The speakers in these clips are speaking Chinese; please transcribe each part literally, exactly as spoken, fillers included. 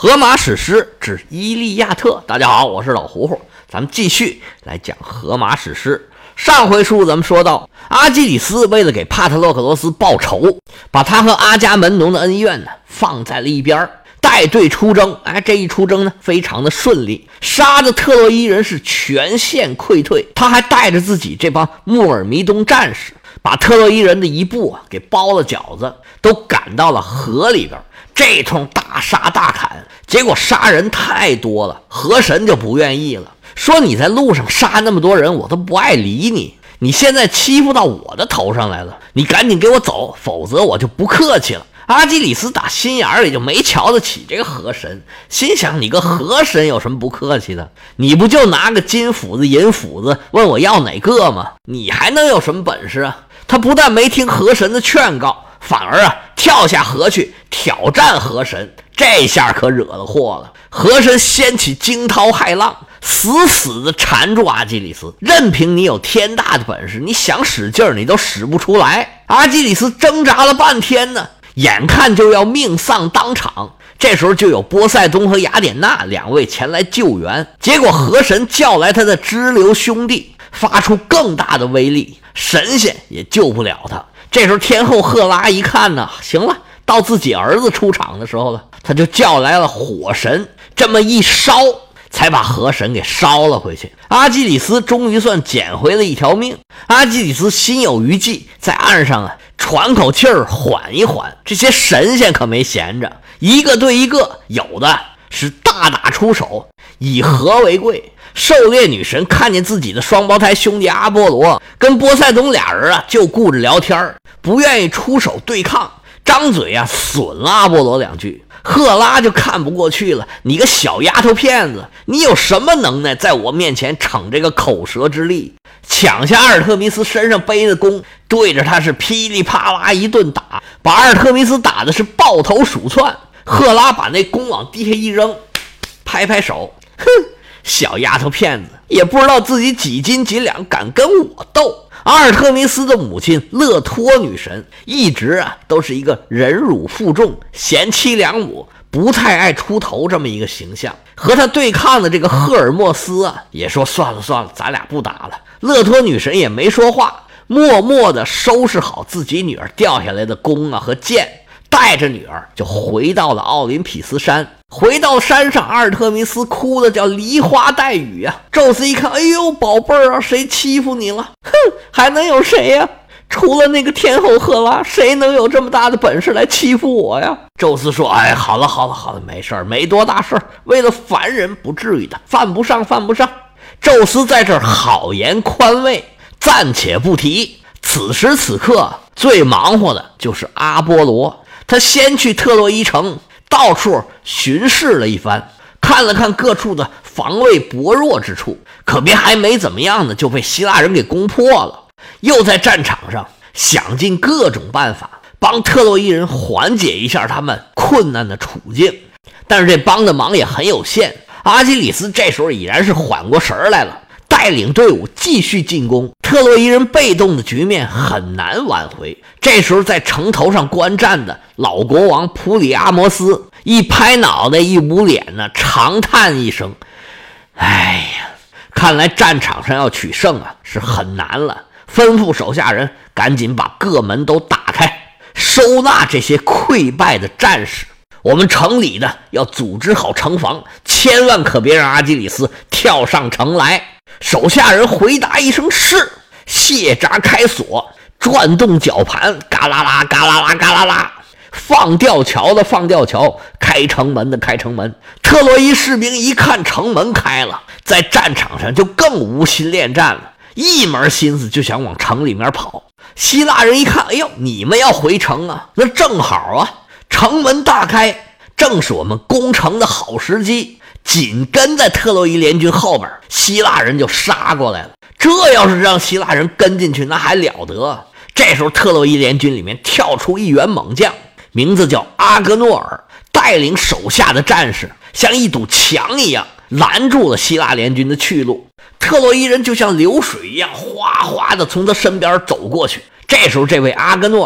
荷马史诗之伊利亚特。大家好，我是老胡胡，咱们继续来讲荷马史诗。上回书咱们说到，阿基里斯为了给帕特洛克罗斯报仇，把他和阿伽门农的恩怨呢放在了一边，带队出征。哎，这一出征呢非常的顺利，杀的特洛伊人是全线溃退。他还带着自己这帮穆尔弥东战士，把特洛伊人的一部啊给包了饺子，都赶到了河里边。这通大杀大砍，结果杀人太多了，河神就不愿意了，说你在路上杀那么多人，我都不爱理你，你现在欺负到我的头上来了，你赶紧给我走，否则我就不客气了。阿基里斯打心眼里就没瞧得起这个河神，心想你个河神有什么不客气的？你不就拿个金斧子银斧子问我要哪个吗？你还能有什么本事啊？他不但没听河神的劝告，反而啊跳下河去挑战河神，这下可惹了祸了。河神掀起惊涛骇浪，死死的缠住阿基里斯，任凭你有天大的本事，你想使劲儿你都使不出来。阿基里斯挣扎了半天呢，眼看就要命丧当场。这时候就有波塞冬和雅典娜两位前来救援，结果河神叫来他的支流兄弟，发出更大的威力，神仙也救不了他。这时候天后赫拉一看呢，行了，到自己儿子出场的时候了，他就叫来了火神，这么一烧才把河神给烧了回去。阿基里斯终于算捡回了一条命。阿基里斯心有余悸，在岸上啊喘口气儿缓一缓。这些神仙可没闲着，一个对一个，有的是大打出手，以和为贵。狩猎女神看见自己的双胞胎兄弟阿波罗跟波塞冬俩人啊就顾着聊天，不愿意出手对抗，张嘴啊损了阿波罗两句。赫拉就看不过去了，你个小丫头片子，你有什么能耐在我面前逞这个口舌之力？抢下阿尔特弥斯身上背的弓，对着他是噼里啪啦一顿打，把阿尔特弥斯打的是抱头鼠窜。赫拉把那弓往地下一扔，拍拍手，哼，小丫头片子，也不知道自己几斤几两，敢跟我斗。阿尔特弥斯的母亲勒托女神一直啊都是一个忍辱负重、贤妻良母，不太爱出头这么一个形象。和他对抗的这个赫尔墨斯啊也说算了算了，咱俩不打了。勒托女神也没说话，默默地收拾好自己女儿掉下来的弓啊和箭，带着女儿就回到了奥林匹斯山。回到山上，阿尔特弥斯哭的叫梨花带雨啊。宙斯一看，哎呦宝贝儿啊，谁欺负你了？哼，还能有谁呀、啊？除了那个天后赫拉，谁能有这么大的本事来欺负我呀？宙斯说，哎，好了好了好了，没事儿，没多大事儿，为了凡人不至于的，犯不上犯不上。宙斯在这儿好言宽慰，暂且不提。此时此刻最忙活的就是阿波罗，他先去特洛伊城到处巡视了一番，看了看各处的防卫薄弱之处，可别还没怎么样呢，就被希腊人给攻破了。又在战场上想尽各种办法帮特洛伊人缓解一下他们困难的处境，但是这帮的忙也很有限。阿基里斯这时候已然是缓过神来了，带领队伍继续进攻。特洛伊人被动的局面很难挽回。这时候在城头上观战的老国王普里阿摩斯一拍脑袋一捂脸呢，长叹一声，哎呀，看来战场上要取胜啊是很难了。吩咐手下人赶紧把各门都打开，收纳这些溃败的战士。我们城里的要组织好城防，千万可别让阿基里斯跳上城来。手下人回答一声是，卸闸开锁，转动绞盘，嘎啦啦嘎啦啦嘎啦啦，放吊桥的放吊桥，开城门的开城门。特洛伊士兵一看城门开了，在战场上就更无心恋战了，一门心思就想往城里面跑。希腊人一看，哎呦，你们要回城啊，那正好啊，城门大开，正是我们攻城的好时机。紧跟在特洛伊联军后边，希腊人就杀过来了。这要是让希腊人跟进去，那还了得。这时候特洛伊联军里面跳出一员猛将，名字叫阿戈诺尔，带领手下的战士像一堵墙一样拦住了希腊联军的去路。特洛伊人就像流水一样哗哗的从他身边走过去。这时候这位阿戈诺尔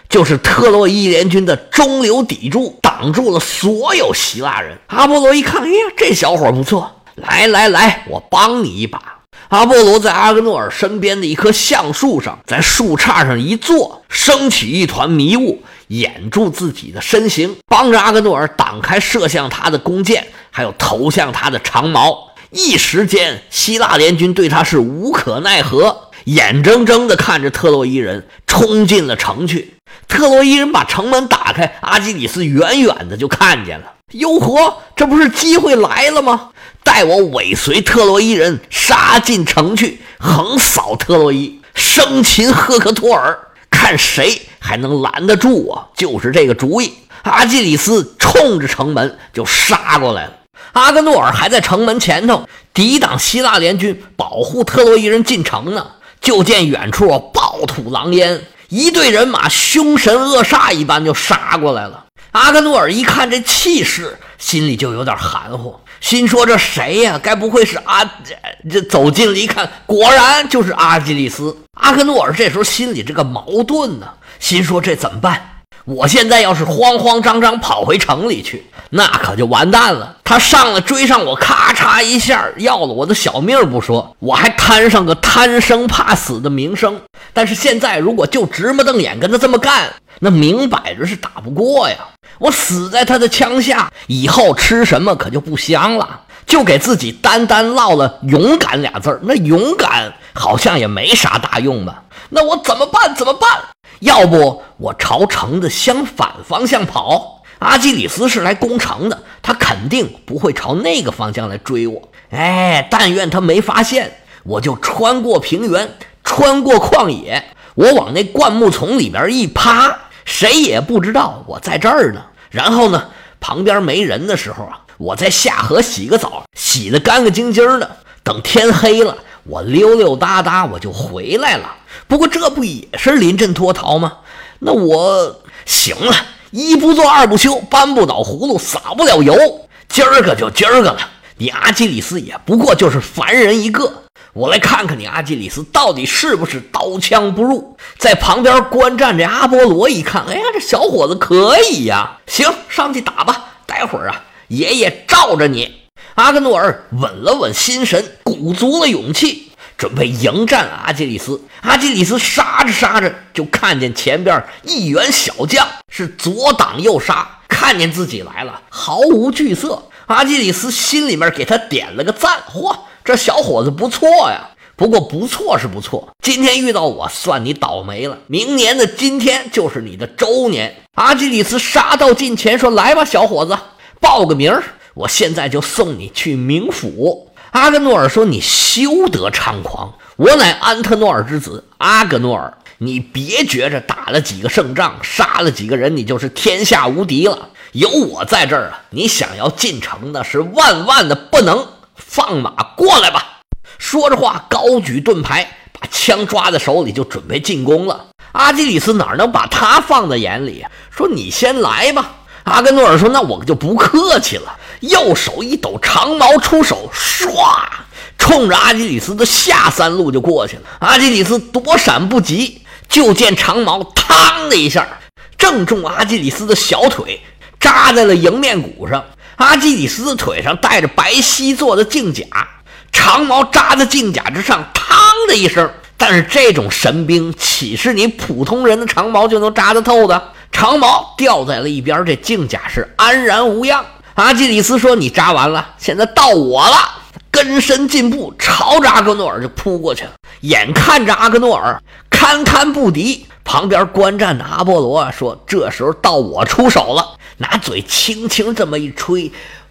就是特洛伊联军的中流砥柱，挡住了所有希腊人。阿波罗一看，哎呀，这小伙不错，来来来，我帮你一把。阿波罗在阿格诺尔身边的一棵橡树上，在树杈上一坐，升起一团迷雾，掩住自己的身形，帮着阿格诺尔挡开射向他的弓箭，还有投向他的长矛。一时间，希腊联军对他是无可奈何，眼睁睁地看着特洛伊人冲进了城去。特洛伊人把城门打开，阿基里斯远远的就看见了，哟呵，这不是机会来了吗？待我尾随特洛伊人杀进城去，横扫特洛伊，生擒赫克托尔，看谁还能拦得住我。就是这个主意。阿基里斯冲着城门就杀过来了。阿格诺尔还在城门前头抵挡希腊联军，保护特洛伊人进城呢。就见远处暴吐狼烟，一队人马凶神恶煞一般就杀过来了。阿格诺尔一看这气势，心里就有点含糊，心说这谁呀？该不会是阿这这走近了一看，果然就是阿基里斯。阿格诺尔这时候心里这个矛盾呢，心说这怎么办？我现在要是慌慌张张跑回城里去，那可就完蛋了。他上来追上我，咔嚓一下要了我的小命不说，我还摊上个贪生怕死的名声。但是现在如果就直目瞪眼跟他这么干，那明摆着是打不过呀。我死在他的枪下，以后吃什么可就不香了。就给自己单单落了勇敢俩字儿，那勇敢好像也没啥大用吧。那我怎么办？怎么办？要不我朝城的相反方向跑？阿基里斯是来攻城的，他肯定不会朝那个方向来追我。哎，但愿他没发现，我就穿过平原，穿过旷野，我往那灌木丛里边一趴，谁也不知道我在这儿呢。然后呢，旁边没人的时候啊，我再下河洗个澡，洗得干干净净的，等天黑了，我溜溜达达我就回来了。不过这不也是临阵脱逃吗？那我行了，一不做二不休，搬不倒葫芦撒不了油，今儿个就今儿个了。你阿基里斯也不过就是凡人一个，我来看看你阿基里斯到底是不是刀枪不入。在旁边观战这阿波罗一看，哎呀，这小伙子可以呀，行，上去打吧，待会儿啊爷爷罩着你。阿格诺尔稳了稳心神，鼓足了勇气，准备迎战阿基里斯。阿基里斯杀着杀着，就看见前边一员小将是左挡右杀，看见自己来了，毫无惧色。阿基里斯心里面给他点了个赞，嚯，这小伙子不错呀。不过不错是不错，今天遇到我算你倒霉了，明年的今天就是你的周年。阿基里斯杀到近前说，来吧小伙子，报个名儿，我现在就送你去冥府。阿格诺尔说，你休得猖狂，我乃安特诺尔之子阿格诺尔，你别觉着打了几个胜仗，杀了几个人，你就是天下无敌了。有我在这儿啊，你想要进城的是万万的不能。放马过来吧。说着话，高举盾牌，把枪抓在手里就准备进攻了。阿基里斯哪能把他放在眼里，说你先来吧。阿根诺尔说，那我就不客气了，右手一抖，长矛出手，唰，冲着阿基里斯的下三路就过去了。阿基里斯躲闪不及，就见长矛嘡的一下正中阿基里斯的小腿，扎在了迎面骨上。阿基里斯的腿上带着白皙做的镜甲，长矛扎在镜甲之上，嘡的一声。但是这种神兵岂是你普通人的长矛就能扎得透的？长矛掉在了一边，这镜甲是安然无恙。阿基里斯说，你扎完了，现在到我了。跟身进步，朝着阿格诺尔就扑过去了。眼看着阿格诺尔堪堪不敌，旁边观战的阿波罗啊说，这时候到我出手了，拿嘴轻轻这么一吹，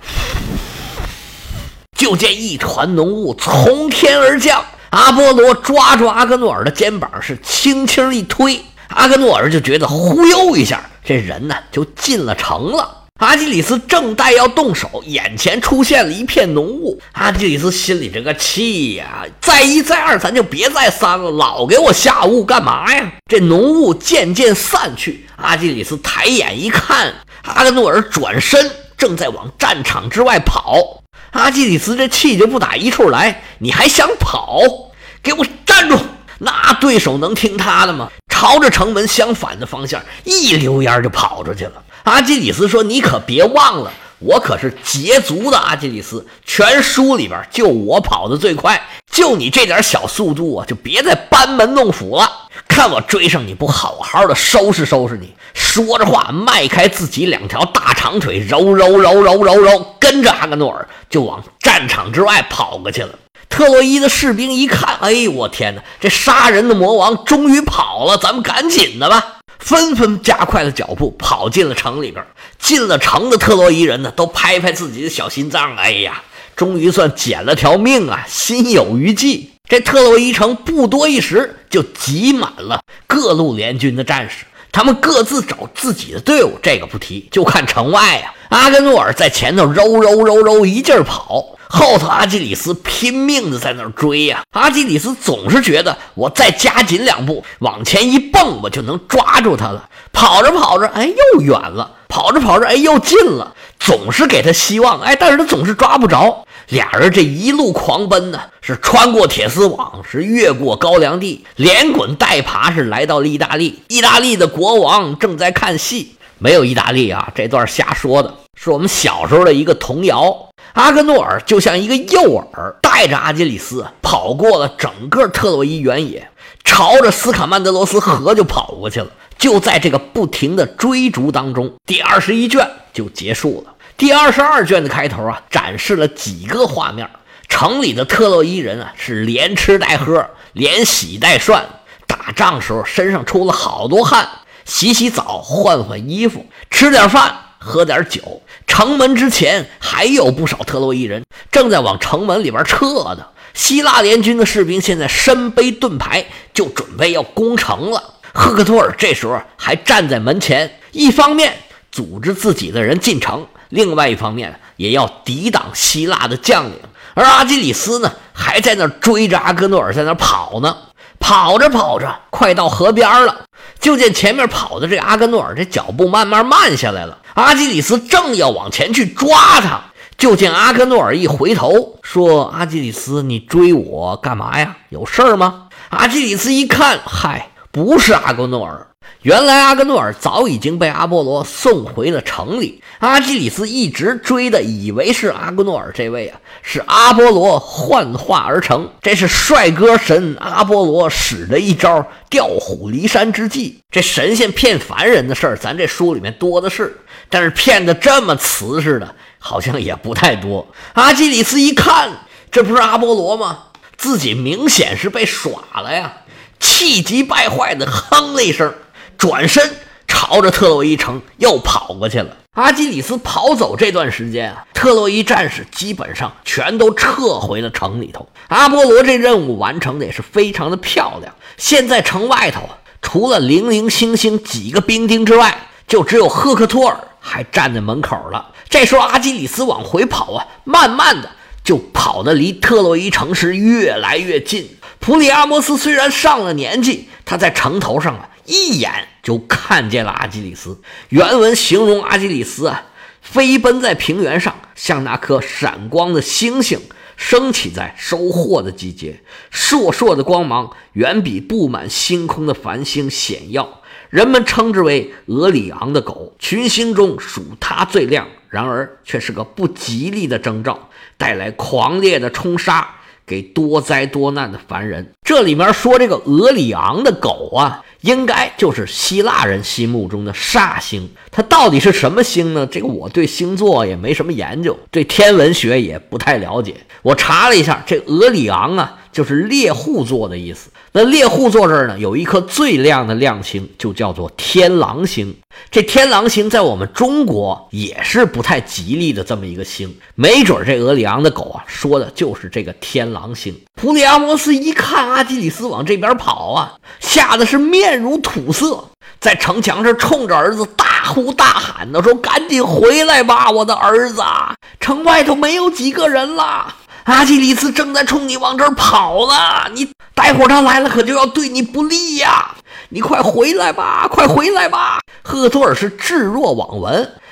就见一团浓雾从天而降。阿波罗抓住阿格诺尔的肩膀是轻轻一推，阿格诺尔就觉得忽悠一下，这人呢就进了城了。阿基里斯正待要动手，眼前出现了一片浓雾。阿基里斯心里这个气呀，再一再二咱就别再三了，老给我下雾干嘛呀？这浓雾渐渐散去，阿基里斯抬眼一看，阿格诺尔转身正在往战场之外跑。阿基里斯这气就不打一处来，你还想跑？给我站住！那对手能听他的吗？ 朝着城门相反的方向一溜烟就跑出去了。阿基里斯说：“你可别忘了，我可是捷足的阿基里斯，全书里边就我跑得最快，就你这点小速度啊，就别再班门弄斧了。看我追上你不好好的收拾收拾你。”说着话，迈开自己两条大长腿，揉揉揉揉揉揉，跟着阿格诺尔就往战场之外跑过去了。特洛伊的士兵一看，哎呦我天哪，这杀人的魔王终于跑了，咱们赶紧的吧，纷纷加快了脚步，跑进了城里边。进了城的特洛伊人呢，都拍拍自己的小心脏，哎呀，终于算捡了条命啊，心有余悸。这特洛伊城不多一时就挤满了各路联军的战士，他们各自找自己的队伍，这个不提，就看城外啊，阿根诺尔在前头揉揉揉揉一劲儿跑，后头阿基里斯拼命的在那儿追呀、啊。阿基里斯总是觉得我再加紧两步，往前一蹦，我就能抓住他了。跑着跑着，哎，又远了；跑着跑着，哎，又近了。总是给他希望，哎，但是他总是抓不着。俩人这一路狂奔呢，是穿过铁丝网，是越过高粱地，连滚带爬，是来到了意大利。意大利的国王正在看戏，没有意大利啊，这段瞎说的，是我们小时候的一个童谣。阿根诺尔就像一个诱饵，带着阿基里斯跑过了整个特洛伊原野，朝着斯卡曼德罗斯河就跑过去了。就在这个不停的追逐当中，第二十一卷就结束了。第二十二卷的开头啊，展示了几个画面。城里的特洛伊人啊，是连吃带喝，连洗带涮，打仗时候身上出了好多汗，洗洗澡，换换衣服，吃点饭，喝点酒。城门之前还有不少特洛伊人正在往城门里边撤的。希腊联军的士兵现在身背盾牌，就准备要攻城了。赫克托尔这时候还站在门前，一方面组织自己的人进城，另外一方面也要抵挡希腊的将领。而阿基里斯呢，还在那追着阿格诺尔在那跑呢。跑着跑着，快到河边了，就见前面跑的这阿格诺尔这脚步慢慢慢下来了。阿基里斯正要往前去抓他，就见阿格诺尔一回头说：“阿基里斯，你追我干嘛呀？有事儿吗？”阿基里斯一看，嗨，不是阿格诺尔。原来阿格诺尔早已经被阿波罗送回了城里，阿基里斯一直追的以为是阿格诺尔这位啊，是阿波罗幻化而成，这是帅哥神阿波罗使的一招调虎离山之计。这神仙骗凡人的事儿，咱这书里面多的是，但是骗的这么瓷实的好像也不太多。阿基里斯一看，这不是阿波罗吗？自己明显是被耍了呀，气急败坏的哼了一声，转身朝着特洛伊城又跑过去了。阿基里斯跑走这段时间啊，特洛伊战士基本上全都撤回了城里头。阿波罗这任务完成的也是非常的漂亮。现在城外头除了零零星星几个兵丁之外，就只有赫克托尔还站在门口了。这时候阿基里斯往回跑啊，慢慢的就跑得离特洛伊城市越来越近。普里阿摩斯虽然上了年纪，他在城头上啊一眼就看见了阿基里斯。原文形容阿基里斯啊，飞奔在平原上，像那颗闪光的星星，升起在收获的季节。烁烁的光芒远比布满星空的繁星显耀，人们称之为俄里昂的狗，群星中属它最亮，然而却是个不吉利的征兆，带来狂烈的冲杀，给多灾多难的凡人。这里面说这个俄里昂的狗啊，应该就是希腊人心目中的煞星。它到底是什么星呢？这个我对星座也没什么研究，对天文学也不太了解。我查了一下，这俄里昂啊，就是猎户座的意思。那猎户座这儿呢，有一颗最亮的亮星，就叫做天狼星。这天狼星在我们中国也是不太吉利的这么一个星，没准这俄里昂的狗啊，说的就是这个天狼星。普里阿摩斯一看阿基里斯往这边跑啊，吓得是面如土色，在城墙上冲着儿子大呼大喊的说：“赶紧回来吧，我的儿子！城外头没有几个人了，阿基里斯正在冲你往这儿跑了，你待会儿他来了可就要对你不利呀！你快回来吧，快回来吧！”赫托尔是置若罔闻，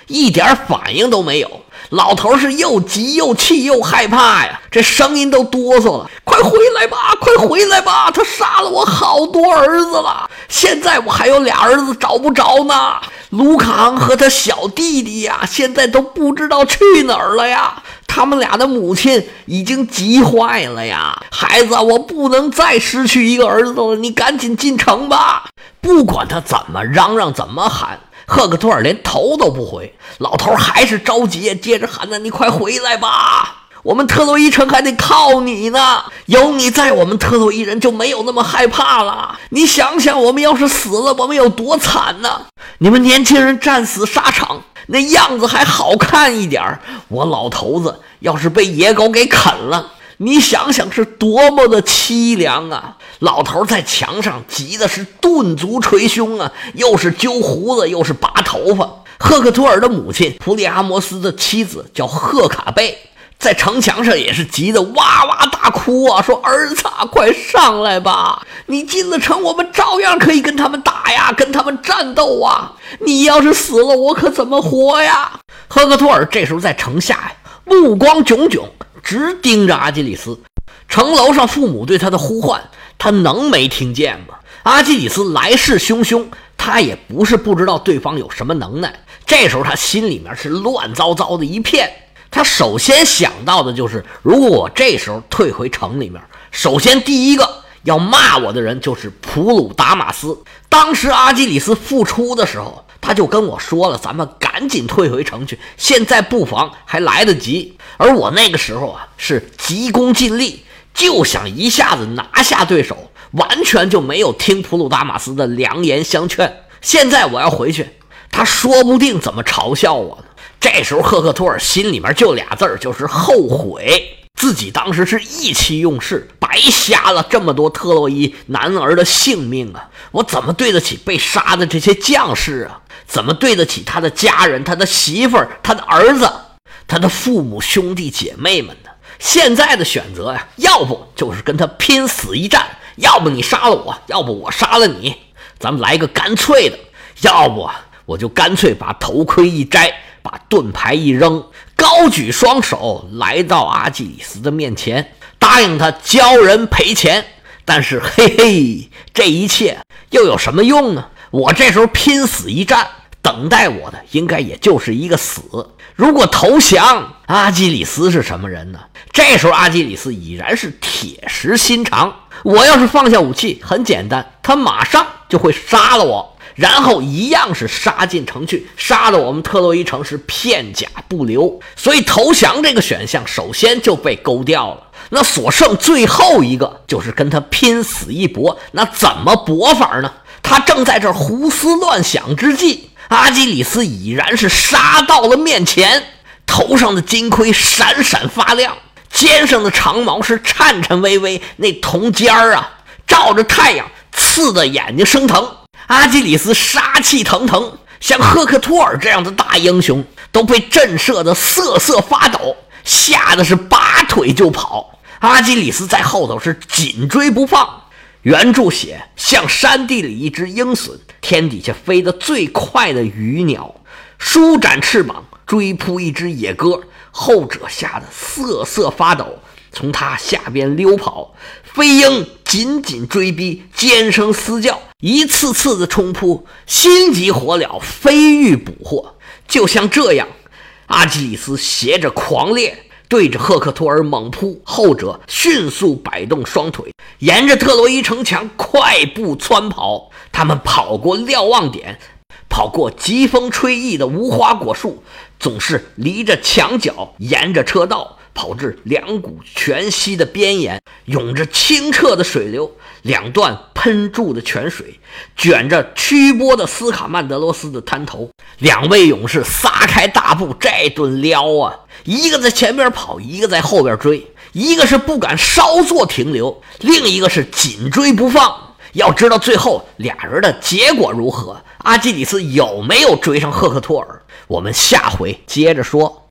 一点反应都没有。老头是又急又气又害怕呀，这声音都哆嗦了。快回来吧，快回来吧，他杀了我好多儿子了，现在我还有俩儿子找不着呢。卢卡昂和他小弟弟呀，现在都不知道去哪儿了呀。他们俩的母亲已经急坏了呀。孩子，我不能再失去一个儿子了，你赶紧进城吧。不管他怎么嚷嚷怎么喊，赫克托尔连头都不回。老头还是着急，接着喊呢：你快回来吧，我们特洛伊城还得靠你呢，有你在，我们特洛伊人就没有那么害怕了。你想想，我们要是死了，我们有多惨呢？你们年轻人战死沙场，那样子还好看一点，我老头子要是被野狗给啃了，你想想是多么的凄凉啊！老头在墙上急的是顿足捶胸啊，又是揪胡子又是拔头发。赫克托尔的母亲普里阿摩斯的妻子叫赫卡贝，在城墙上也是急得哇哇大哭啊，说儿子快上来吧，你进了城，我们照样可以跟他们打呀，跟他们战斗啊，你要是死了，我可怎么活呀？赫克托尔这时候在城下呀，目光炯炯，直盯着阿基里斯。城楼上父母对他的呼唤，他能没听见吗？阿基里斯来势汹汹，他也不是不知道对方有什么能耐，这时候他心里面是乱糟糟的一片。他首先想到的就是，如果我这时候退回城里面，首先第一个要骂我的人就是普鲁达马斯。当时阿基里斯复出的时候，他就跟我说了，咱们赶紧退回城去，现在不妨还来得及。而我那个时候啊，是急功近利，就想一下子拿下对手，完全就没有听普鲁达马斯的良言相劝。现在我要回去，他说不定怎么嘲笑我呢。这时候赫克托尔心里面就俩字儿，就是后悔。自己当时是意气用事，白瞎了这么多特洛伊男儿的性命啊！我怎么对得起被杀的这些将士啊？怎么对得起他的家人、他的媳妇儿、他的儿子、他的父母兄弟姐妹们呢？现在的选择呀，要不就是跟他拼死一战，要不你杀了我，要不我杀了你，咱们来个干脆的，要不我就干脆把头盔一摘，把盾牌一扔，高举双手来到阿基里斯的面前，答应他交人赔钱。但是嘿嘿，这一切又有什么用呢？我这时候拼死一战，等待我的应该也就是一个死。如果投降，阿基里斯是什么人呢？这时候阿基里斯已然是铁石心肠，我要是放下武器，很简单，他马上就会杀了我，然后一样是杀进城去，杀了我们特洛伊城是片甲不留。所以投降这个选项首先就被勾掉了。那所剩最后一个就是跟他拼死一搏。那怎么搏法呢？他正在这胡思乱想之际，阿基里斯已然是杀到了面前，头上的金盔闪闪发亮，肩上的长矛是颤颤巍巍，那铜尖儿啊照着太阳刺得眼睛生疼。阿基里斯杀气腾腾，像赫克托尔这样的大英雄都被震慑得瑟瑟发抖，吓得是拔腿就跑。阿基里斯在后头是紧追不放。原著写像山地里一只鹰隼，天底下飞得最快的鱼鸟，舒展翅膀追扑一只野鸽，后者吓得瑟瑟发抖，从他下边溜跑。飞鹰紧紧追逼，尖声嘶叫，一次次的冲扑，心急火燎，非欲捕获。就像这样，阿基里斯携着狂烈对着赫克托尔猛扑，后者迅速摆动双腿，沿着特洛伊城墙快步窜跑。他们跑过瞭望点，跑过疾风吹溢的无花果树，总是离着墙角，沿着车道跑至两股泉溪的边沿，涌着清澈的水流，两段喷注的泉水卷着曲波的斯卡曼德罗斯的滩头。两位勇士撒开大步，这顿撩啊，一个在前边跑，一个在后边追，一个是不敢稍作停留，另一个是紧追不放。要知道最后俩人的结果如何，阿基里斯有没有追上赫克托尔，我们下回接着说。